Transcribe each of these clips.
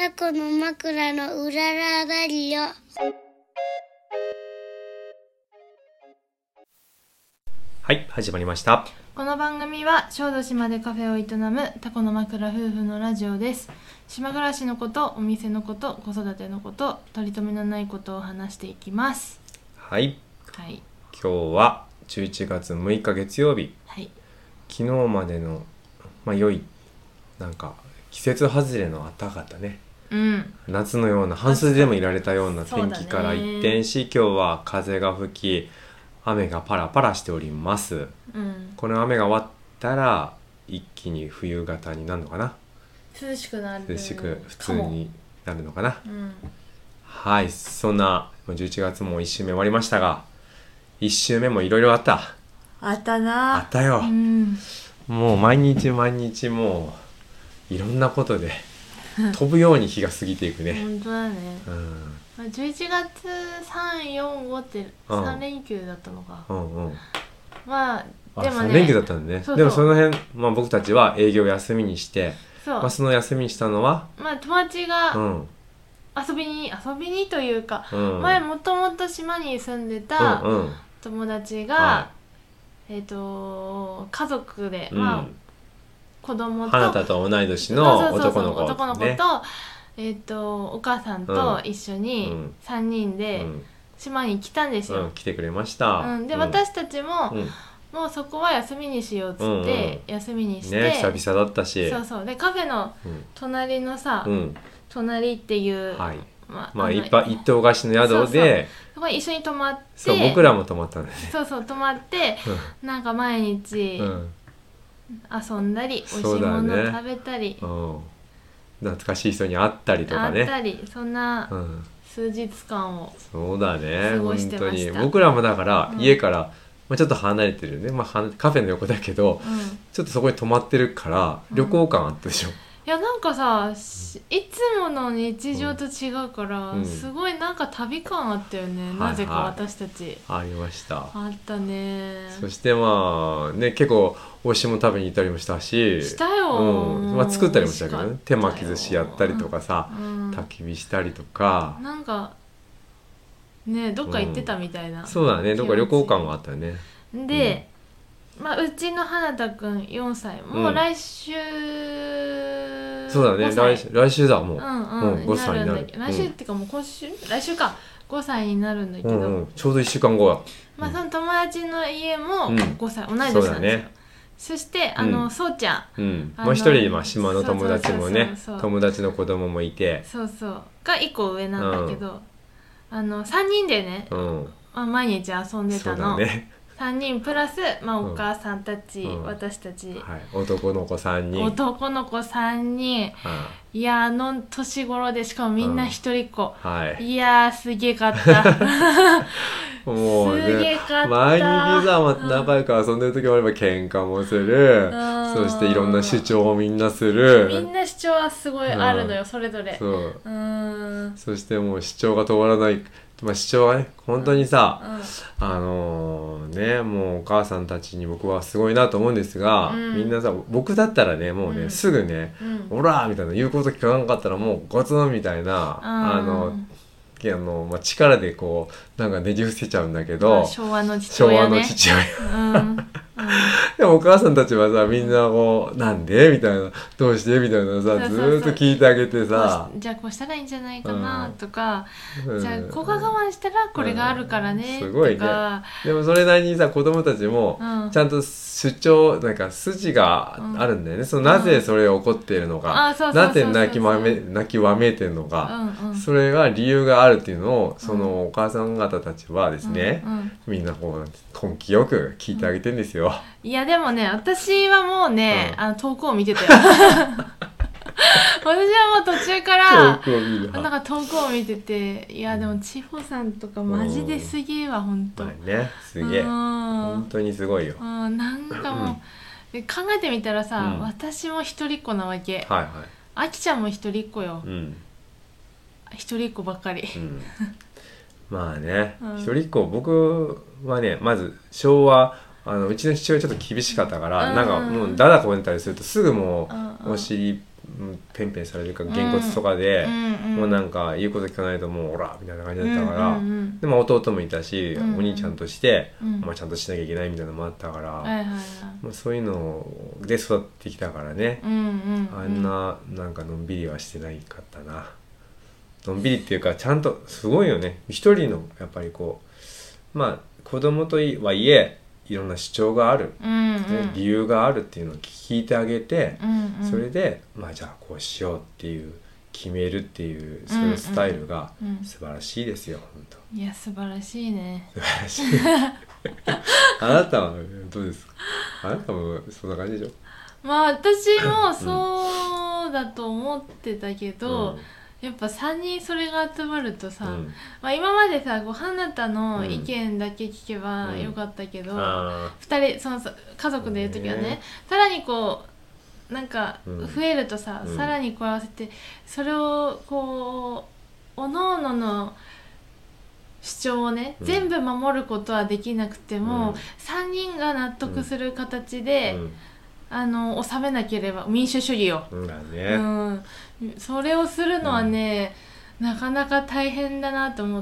タコの枕のうららだりよ。 はい、始まりました。 この番組は小豆島でカフェを営むタコの枕夫婦のラジオです。島暮らしのこと、お店のこと、子育てのこと、取り留めのないことを話していきます。 はい、 はい、 今日は11月6日月曜日、 はい、 昨日までの、良いなんか季節外れの暖かかったね、夏のような半袖でもいられたような天気から一転し、今日は風が吹き雨がパラパラしております、この雨が終わったら一気に冬型になるのかな。 涼しくなる、 涼しく普通になるのかな、はい。そんな11月も1週目終わりましたが、1週目もいろいろあったな。 あったよ、もう毎日毎日もういろんなことで飛ぶように日が過ぎていくね本当だね、11月3、4、5って3連休だったのか、まあでもね、 3連休だったんだね。 そうそう、 でもその辺、僕たちは営業休みにして、 そう、 その休みにしたのは、 友達が遊びにというか、前もともと島に住んでた友達が、家族で、子供と花田と同い年の男の子と、お母さんと一緒に3人で島に来たんですよ、 来てくれました、 で、私たちも、もうそこは休みにしようっつって、休みにして、 久々だったし、 そうで、カフェの隣のさ、隣っていう、 一棟貸しの宿で、 そこに一緒に泊まって、 そう、僕らも泊まったんだね。 泊まって、なんか毎日遊んだり、美味しいものを食べたり、 懐かしい人に会ったりとかね、 そんな数日間をそうだね、 過ごしてました。 本当に僕らもだから家から、ちょっと離れてるね、カフェの横だけど、ちょっとそこに泊まってるから旅行感あったでしょ。 いや、なんかさ、いつもの日常と違うから、すごいなんか旅感あったよね、なぜか私たち。 ありました。 あったね。 そして結構美味しいもの食べに行ったりもしたし、 したよ、 作ったりもしたけどね、手巻き寿司やったりとかさ、焚き火したりとか、 なんかね、どっか行ってたみたいな、 そうだね、どっか旅行感があったよね。 で、うちの花田くん4歳、もう来週、 そうだね、来週だ、もう、5歳になる。 来週っていうか、もう来週か、5歳になるんだけど、 ちょうど1週間後は、 その友達の家も5歳、同い年なんですよ。そしてそうちゃん、 もう一人島の友達もね、友達の子供もいて、 が1個上なんだけど、3人でね、毎日遊んでたの。3人プラス、お母さんたち、私たち、 男の子3 人、いや、年頃で、しかもみんな一人っ子、いやー、すげえかったもうね、毎日さ、仲良く遊んでる時もあれば喧嘩もする、そしていろんな主張をみんなする、 みんな主張はすごいあるのよ、それぞれ。 そしてもう主張が止まらない、主張はね、本当にさ、もうお母さんたちに僕はすごいなと思うんですが、みんなさ、僕だったらね、もうね、すぐね、オラーみたいな言うこと聞かなかったらもうゴツンみたいな、力でこうなんかねじ伏せちゃうんだけど、 昭和の父親ね。 でもお母さんたちはさ、みんなこうなんでみたいな、どうしてみたいなさ、ずーっと聞いてあげてさ、 じゃあこうしたらいいんじゃないかなとか、じゃあここが我慢したらこれがあるからねとか、すごいね。 でもそれなりにさ、子供たちもちゃんと主張、なんか筋があるんだよね、なぜそれが起こっているのか、なぜ泣きわめいてるのか、それが理由があるっていうのを、そのお母さん方たちはですね、みんなこう根気よく聞いてあげてるんですよ。 いや、でもね、私はもうね、遠くを見てたよ私はもう途中からなんか遠くを見てて、いや、でも千穂さんとかマジですげえわ、ほんと。 すげえ、本当にすごいよ。 なんかもう、考えてみたらさ、私も一人っ子なわけ。あきちゃんも一人っ子よ。一人っ子ばっかり。 一人っ子、僕はね、まず昭和、うちの父親ちょっと厳しかったから、なんかもうだだこねたりするとすぐもうお尻ペンペンされるかげんこつとかで、もうなんか言うこと聞かないともうオラみたいな感じだったから、でも弟もいたし、お兄ちゃんとして、まあ、ちゃんとしなきゃいけないみたいなのもあったから、まあ、そういうので育ってきたからね、あんななんかのんびりはしてないかったな。のんびりっていうかちゃんとすごいよね、一人のやっぱりこう、まあ子供とはいえいろんな主張がある、理由があるっていうのを聞いてあげて、それでまあじゃあこうしようっていう決めるっていうそういうスタイルが素晴らしいですよ、本当。 いや素晴らしいね。 素晴らしいあなたはどうですか？あなたもそんな感じでしょ？ まあ私もそうだと思ってたけど、やっぱ3人それが集まるとさ、まあ、今までさ花田の意見だけ聞けばよかったけど、2人その家族でいる時はね、さらにこうなんか増えるとさ、さらにこう合わせてそれをこうおのおのの主張をね、全部守ることはできなくても、3人が納得する形で、収めなければ民主主義を、それをするのはね、なかなか大変だなと思って、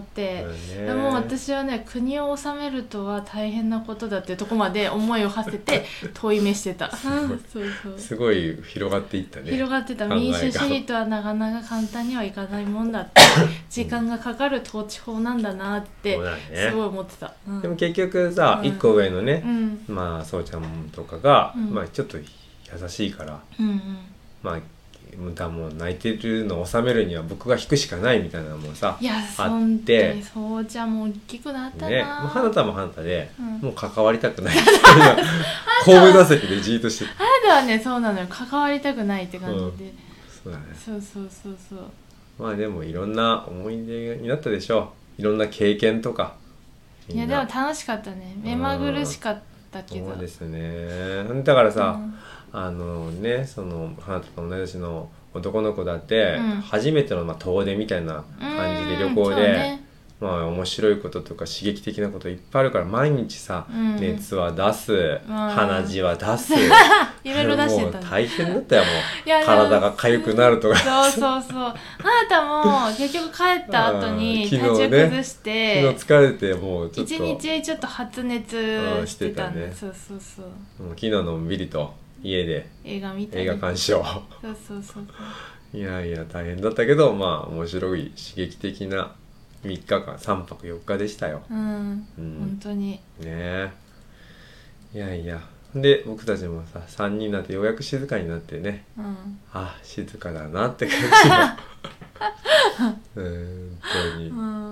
でも私はね国を治めるとは大変なことだっていうところまで思いを馳せて問い目してたすごい広がっていったね。 広がってた。民主主義とはなかなか簡単にはいかないもんだって時間がかかる統治法なんだなってすごい思ってた、 でも結局さ、1個上のね、まあそうちゃんとかが、まあちょっと優しいから、まあもう泣いてるのを収めるには僕が引くしかないみたいなのもさ、あって、 そうちゃんも大きくなったな、 ね、もう花田も花田で、もう関わりたくないみたいな神戸打席でじーっとして花田はねそうなのよ、関わりたくないって感じで、 そうだね、 そうまあでもいろんな思い出になったでしょう、いろんな経験とか。 いやでも楽しかったね、目まぐるしかったけど。 そうですね。だからさ、ね、その花と同い年の男の子だって、初めての遠出みたいな感じで旅行で、まあ面白いこととか刺激的なこといっぱいあるから、毎日さ、熱は出す、鼻血は出すいろいろ出してた、 もう大変だったよ、もう体が痒くなるとかそう花田も結局帰った後に体調崩して、 昨日疲れてもうちょっと一日ちょっと発熱してたね。そうもう昨日のんびりと家で映画見た、 映画鑑賞そういや大変だったけど、まあ面白い刺激的な3日間3泊4日でしたよ。 本当にねえ。いやで僕たちもさ3人になってようやく静かになってね、あ静かだなって感じが本当に、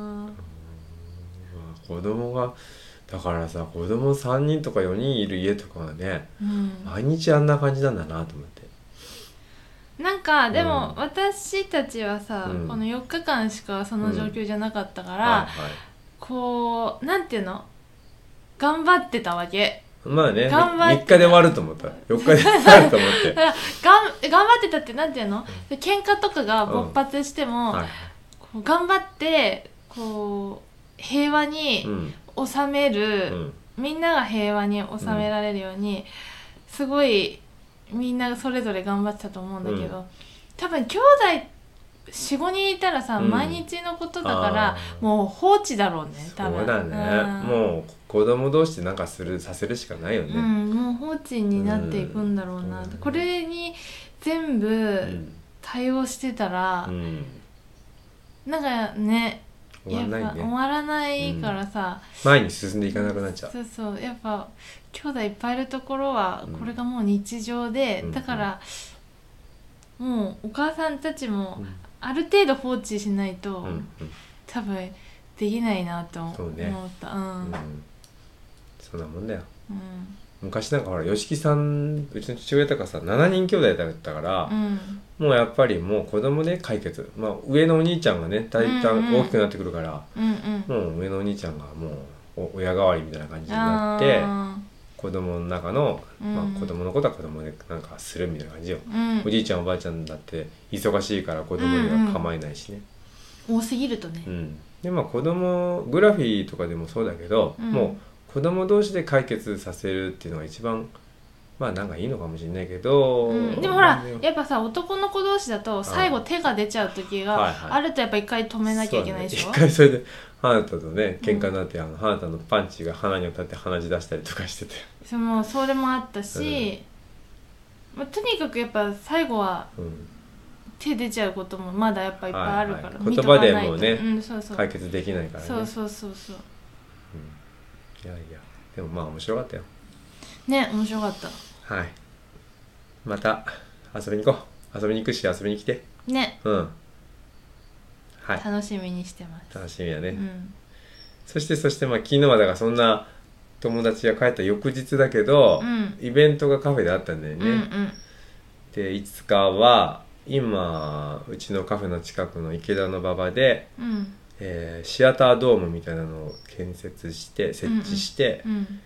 子供がだからさ、子供3人とか4人いる家とかはね、毎日あんな感じなんだなと思って。 なんかでも私たちはさ、この4日間しかその状況じゃなかったから、こうなんていうの、頑張ってたわけ。 まあね、3日で終わると思った、4日で終わると思って頑張ってたって、なんていうの、喧嘩とかが勃発しても、こう頑張ってこう平和に収める、みんなが平和に収められるように、すごいみんなそれぞれ頑張ってたと思うんだけど、多分兄弟 4,5 人いたらさ、毎日のことだからもう放置だろうね、多分。 そうだね、もう子供同士でなんかさせるしかないよね。 もう放置になっていくんだろうな、これに全部対応してたら、なんかね、終わらないからさ、 前に進んでいかなくなっちゃう。 そうやっぱ兄弟いっぱいいるところはこれがもう日常で、だからもうお母さんたちもある程度放置しないと、多分できないなと思った。 そんなもんだよ。昔なんかほら吉木さん、うちの父親とかさ7人兄弟だったから、もうやっぱりもう子供で解決、まあ上のお兄ちゃんがねだいたい大きくなってくるから、もう上のお兄ちゃんがもう親代わりみたいな感じになって、子供の中の、まあ、子供のことは子供でなんかするみたいな感じよ。おじいちゃんおばあちゃんだって忙しいから子供には構えないしね、 多すぎるとね。 でまあ子供グラフィーとかでもそうだけど、もう子供同士で解決させるっていうのが一番、 まあなんかいいのかもしれないけど、 でもほらやっぱさ男の子同士だと最後手が出ちゃう時があるとやっぱ一回止めなきゃいけないでしょ。 一回それで花田とね喧嘩になって、花田のパンチが鼻に当たって鼻血出したりとかしてて、 それもあったし、とにかくやっぱ最後は手出ちゃうこともまだやっぱいっぱいあるから、 言葉でもね、解決できないからね。 そう、 いやでもまあ面白かったよね。面白かった。 はい、また遊びに行こう。遊びに行くし遊びに来てね。 はい、 楽しみにしてます。 楽しみだね。そしてまあ昨日はだからそんな友達が帰った翌日だけど、イベントがカフェであったんだよね。でいつかは今うちのカフェの近くの池田の馬場で、シアタードームみたいなのを設置して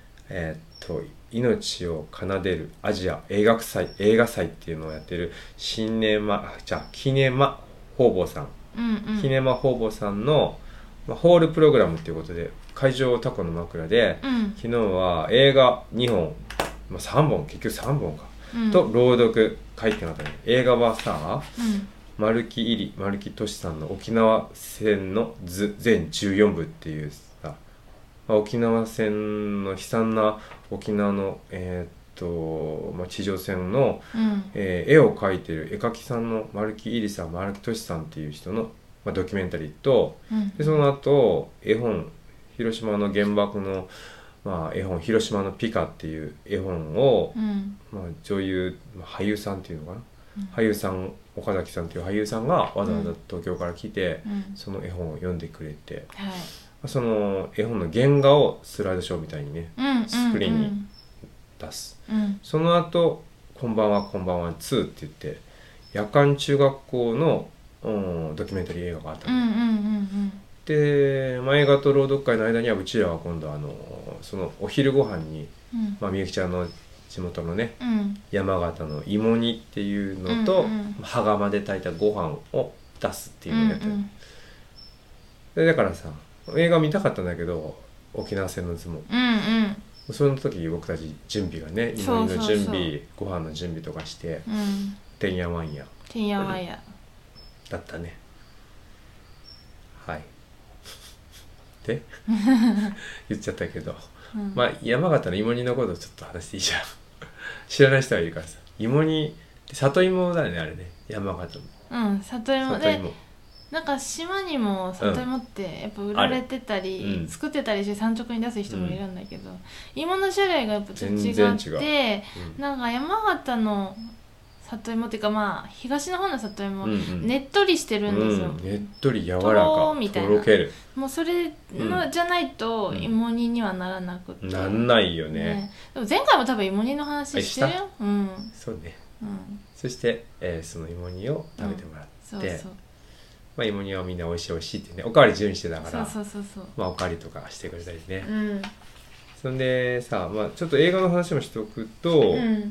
命を奏でるアジア映画祭っていうのをやってるキネマ工房さん、キネマ工房さんの、ホールプログラムっていうことで会場タコの枕で、昨日は映画2本、3本結局3本か、と朗読会ってなったね。映画はさ、丸木俊さんの沖縄戦の全14部っていうさ、沖縄戦の悲惨な沖縄の地上戦の、絵を描いてる絵描きさんの丸木俊さんっていう人の、ドキュメンタリーと、でその後絵本広島の原爆の、絵本広島のピカっていう絵本を、女優俳優さんっていうのかな、俳優さん岡崎さんっていう俳優さんがわざわざ東京から来て、その絵本を読んでくれて、その絵本の原画をスライドショーみたいにね、スクリーンに出す、その後こんばんは2って言って夜間中学校の、ドキュメンタリー映画があったの、で、映画と朗読会の間にはうちらは今度そのお昼ご飯に、みゆきちゃんの地元のね、山形の芋煮っていうのと、羽釜で炊いたご飯を出すっていうのをやってる、でだからさ映画見たかったんだけど沖縄戦の図も、その時僕たち準備がね、芋煮の準備ご飯の準備とかして、てんやわんやだったね。はいで言っちゃったけど、山形の芋煮のことをちょっと話していいじゃん知らない人はいるからさ。芋煮って里芋だよね、あれね、山形の。里芋でなんか島にも里芋ってやっぱ売られてたり、作ってたりして産直に出す人もいるんだけど、芋の種類がやっぱちょっと違って、なんか山形の里芋っていうか東の方の里芋、ねっとりしてるんですよ。 ねっとり柔らかみたいな、とろける。 もうそれの、じゃないと芋煮にはならなくて、 なんないよね。 でも前回も多分芋煮の話してるよ。 そうね。そして、その芋煮を食べてもらって、芋煮はみんな美味しいってね、おかわり自由にしてたから、おかわりとかしてくれたりね。そんでさ、ちょっと映画の話もしておくと、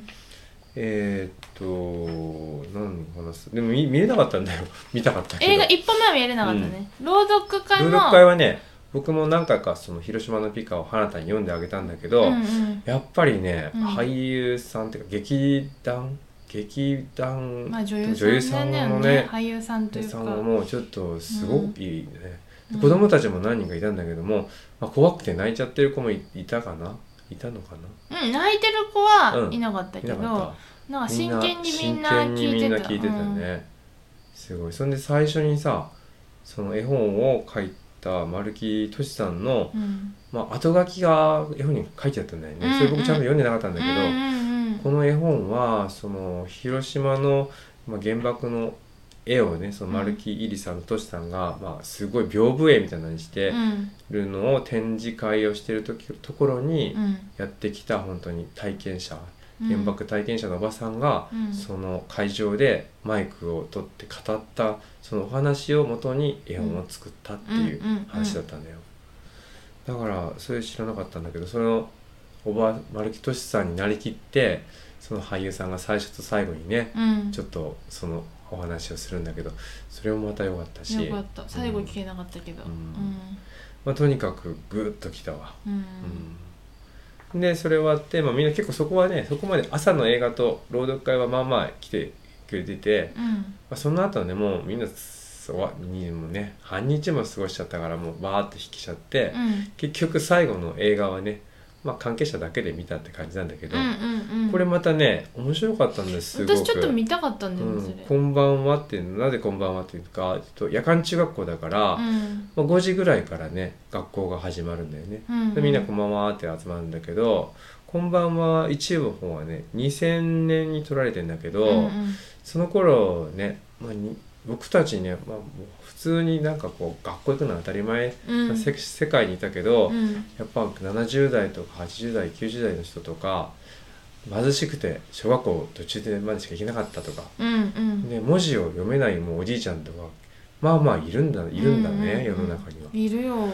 何話す。でも見れなかったんだよ。見たかったけど。 映画1本目は見れなかったね。朗読会はね、僕も何回かその広島のピカを花田に読んであげたんだけど、やっぱりね、俳優さんっていうか劇団女優さんのね、 俳優さんというかもうちょっとすごくいいね。子供たちも何人かいたんだけども、怖くて泣いちゃってる子もいたのかな。 泣いてる子はいなかったけど、なんか真剣にみんな聞いてたね。すごい。そんで最初にさ、その絵本を書いた丸木俊さんの、後書きが絵本に書いてあったんだよね。それ僕ちゃんと読んでなかったんだけど、この絵本はその広島の、原爆の絵をね、その丸木入さんと俊さんが、すごい屏風絵みたいなのにしてるのを展示会をしてるところにやってきた本当に体験者、原爆体験者のおばさんが、その会場でマイクを取って語ったそのお話をもとに絵本を作ったっていう話だったんだよ。だからそれ知らなかったんだけど、その丸木俊さんになりきってその俳優さんが最初と最後にね、ちょっとそのお話をするんだけど、それもまた良かったし、 よかった。最後聞けなかったけど、 とにかくグーッときたわ。 でそれ終わって、みんな結構そこはねそこまで朝の映画と朗読会はまあまあ来てくれてて、その後はねもうみんなにもね半日も過ごしちゃったからもうバーって引きちゃって、結局最後の映画はね関係者だけで見たって感じなんだけど、これまたね面白かったんです。すごく私ちょっと見たかったんだよね、それ。 こんばんはっていうのなぜこんばんはっていうか夜間中学校だから、5時ぐらいからね学校が始まるんだよね、でみんなこんばんはって集まるんだけど、こんばんは一部の方はね2000年に撮られてんだけど、その頃ね、僕たちね、普通になんかこう学校行くのは当たり前な世界にいたけど、やっぱ70代とか80代90代の人とか貧しくて小学校途中でまでしか行けなかったとか、で文字を読めないもうおじいちゃんとかいるんだね、世の中には。 いるよ。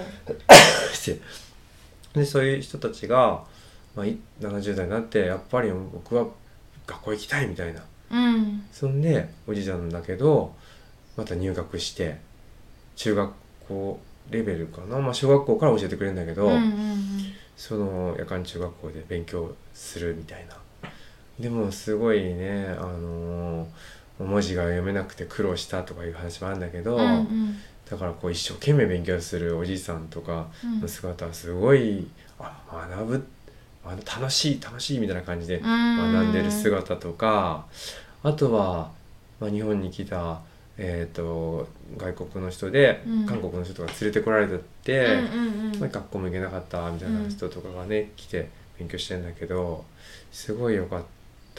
でそういう人たちが、70代になってやっぱり僕は学校行きたいみたいな、そんでおじいちゃんだけどまた入学して中学校レベルかな、小学校から教えてくれるんだけど、その夜間中学校で勉強するみたいな。でもすごいね、文字が読めなくて苦労したとかいう話もあるんだけど、だからこう一生懸命勉強するおじいさんとかの姿はすごい、学ぶ楽しいみたいな感じで学んでる姿とか、あとは、日本に来た外国の人で、韓国の人とか連れてこられて、学校も行けなかったみたいな人とかがね、来て勉強してんだけど、すごい良かった、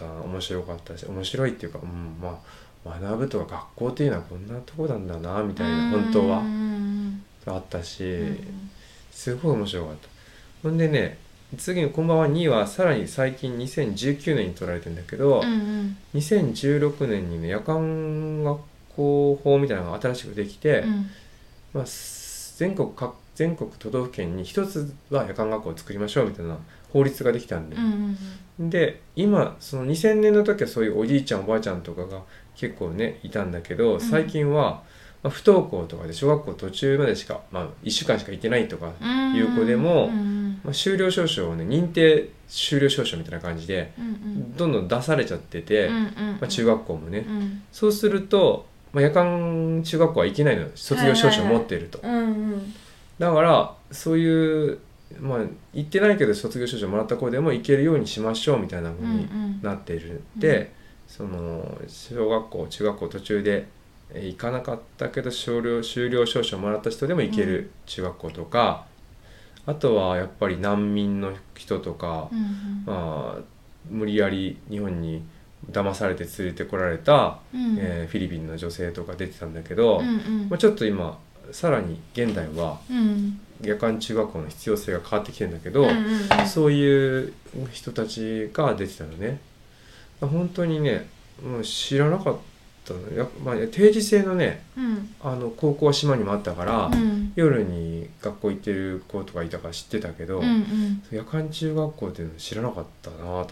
面白かったし、面白いっていうか、学ぶとか学校っていうのはこんなとこなんだなみたいな、本当はあったし、すごい面白かった。ほんでね、次のこんばんは2はさらに最近2019年に撮られてるんだけど、2016年にね夜間学校法みたいなのが新しくできて、全国都道府県に一つは夜間学校を作りましょうみたいな法律ができたんで、で今その2000年の時はそういうおじいちゃんおばあちゃんとかが結構ねいたんだけど、最近は、不登校とかで小学校途中までしか、1週間しか行ってないとかいう子でも、修了証書をね認定修了証書みたいな感じで、どんどん出されちゃってて、中学校もね、そうすると、夜間中学校は行けないの、卒業証書を持っていると、だからそういう行ってないけど卒業証書もらった子でも行けるようにしましょうみたいな風になっている。で、その小学校中学校途中で行かなかったけど修了証書をもらった人でも行ける中学校とか、あとはやっぱり難民の人とか、無理やり日本に騙されて連れてこられた、フィリピンの女性とか出てたんだけど、ちょっと今さらに現代は夜間中学校の必要性が変わってきてるんだけど、そういう人たちが出てたのね。本当にね、もう知らなかったの。定時制のね、高校は島にもあったから、夜に学校行ってる子とかいたから知ってたけど、夜間中学校っていうの知らなかったなと思って。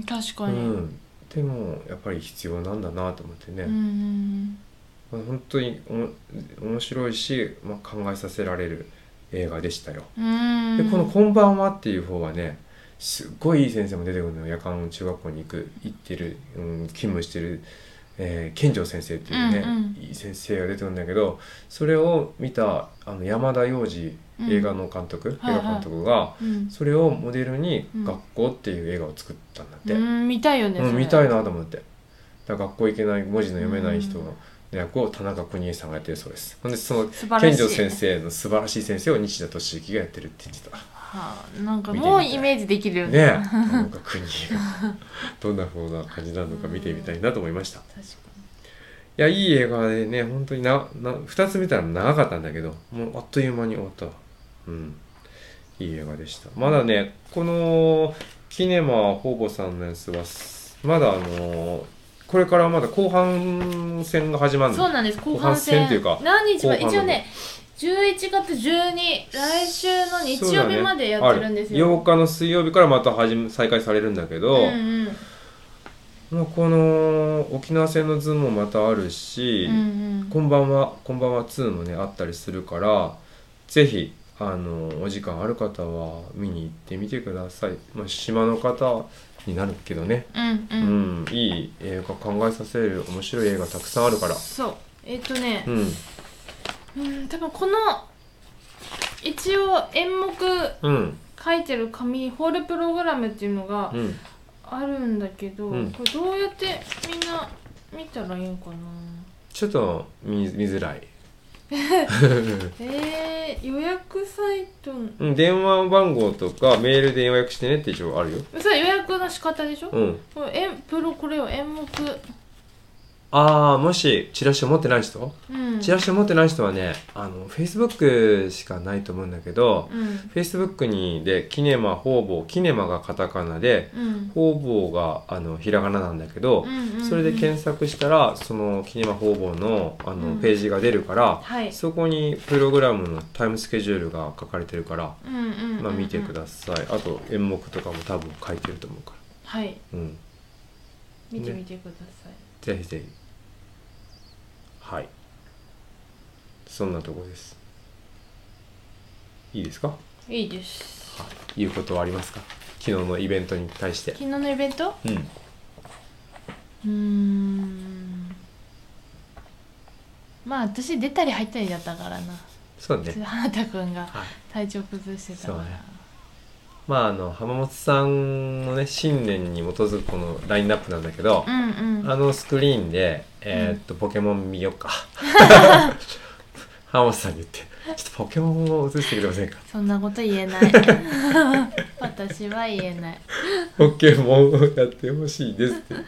確かに、 でもやっぱり必要なんだなと思ってね、本当に面白いし、考えさせられる映画でしたよ。でこの「こんばんは」っていう方はね、すっごいいい先生も出てくるのよ。夜間中学校に行ってる、勤務してる、健丈先生っていうね、いい先生が出てくるんだけど、それを見た山田洋次映画の監督、映画監督が、それをモデルに「学校」っていう映画を作ったんだって。 見たいよね、 見たいなと思って。だから学校行けない文字の読めない人の役を田中邦衛さんがやってるそうです。ほんでその健丈先生の素晴らしい先生を西田敏行がやってるって言ってた。 なんかもうイメージできるよね。 田中邦衛がどんな風な感じなのか見てみたいなと思いました。 確かに。 いや、いい映画でね、本当に2つ見たら長かったんだけど、もうあっという間に終わった。いい映画でした。まだね、このキネマほぼさんのやつはまだこれからまだ後半戦が始まるの。 そうなんです。後半戦っていうか何日まで、一応ね11月12、来週の日曜日までやってるんですよ。 8日の水曜日からまた再開されるんだけど、この沖縄戦の図もまたあるし、こんばんは2もねあったりするから、ぜひお時間ある方は見に行ってみてください。島の方になるけどね、いい映画、考えさせる面白い映画たくさんあるから。 そう、多分この一応演目書いてる紙、ホールプログラムっていうのがあるんだけど、これどうやってみんな見たらいいのかな。 ちょっと見づらい。 予約サイト、 電話番号とかメールで予約してねって一応あるよ。 それ予約の仕方でしょ。これを演目。 もしチラシを持ってない人、チラシを持ってない人はね、Facebook しかないと思うんだけど、Facebook にでキネマ方々、キネマがカタカナで、方々がひらがななんだけど、それで検索したらそのキネマ方々のページが出るから、そこにプログラムのタイムスケジュールが書かれてるから、見てください。あと演目とかも多分書いてると思うから、 見てみてください。 ぜひぜひ。はい、そんなとこです。いいですか？ いいです。 言うことはありますか？昨日のイベントに対して。 昨日のイベント？私出たり入ったりだったからな。 そうね。 花田くんが体調崩してたから。 浜本さんのね信念に基づくこのラインナップなんだけど、スクリーンでポケモン見ようか。浜本さんに言ってちょっとポケモンを映してくれませんか。 そんなこと言えない。私は言えない。 ポケモンをやってほしいですって言って。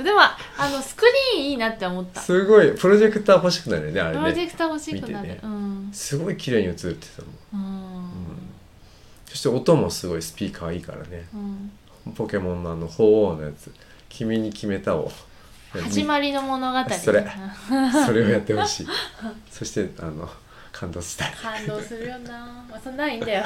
でもスクリーンいいなって思った。 すごいプロジェクター欲しくなるよね、あれね。 プロジェクター欲しくなる。 すごい綺麗に映るってたもん。そして音もすごいスピーカーいいからね、ポケモンの鳳凰のやつ、君に決めたを始まりの物語、 それをやってほしい。そして感動したい。 感動するよな。そんなんいいんだよ。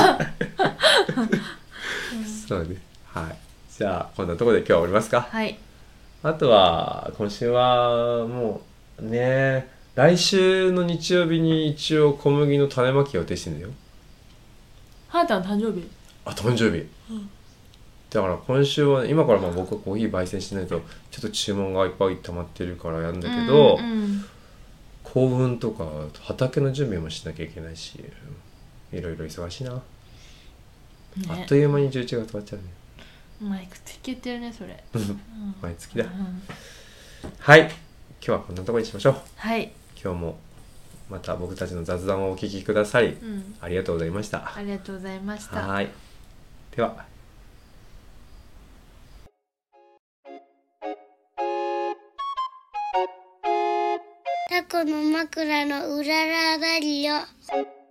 そうね。はい、じゃあこんなところで今日は終わりますか。 はい。 あとは今週はもうね、来週の日曜日に一応小麦の種まき予定してるんだよ。 はーたん誕生日。 誕生日、だから今週は、今から僕はコーヒー焙煎しないとちょっと注文がいっぱい溜まってるからやるんだけど、幸運とか畑の準備もしなきゃいけないし、いろいろ忙しいな、あっという間に11月終わっちゃうね。 毎月言ってるねそれ。 毎月だ。はい、今日はこんなところにしましょう。 はい、 今日もまた僕たちの雑談をお聞きくださり、ありがとうございました。 ありがとうございました。 はい、では。 タコの枕のうららだりよ。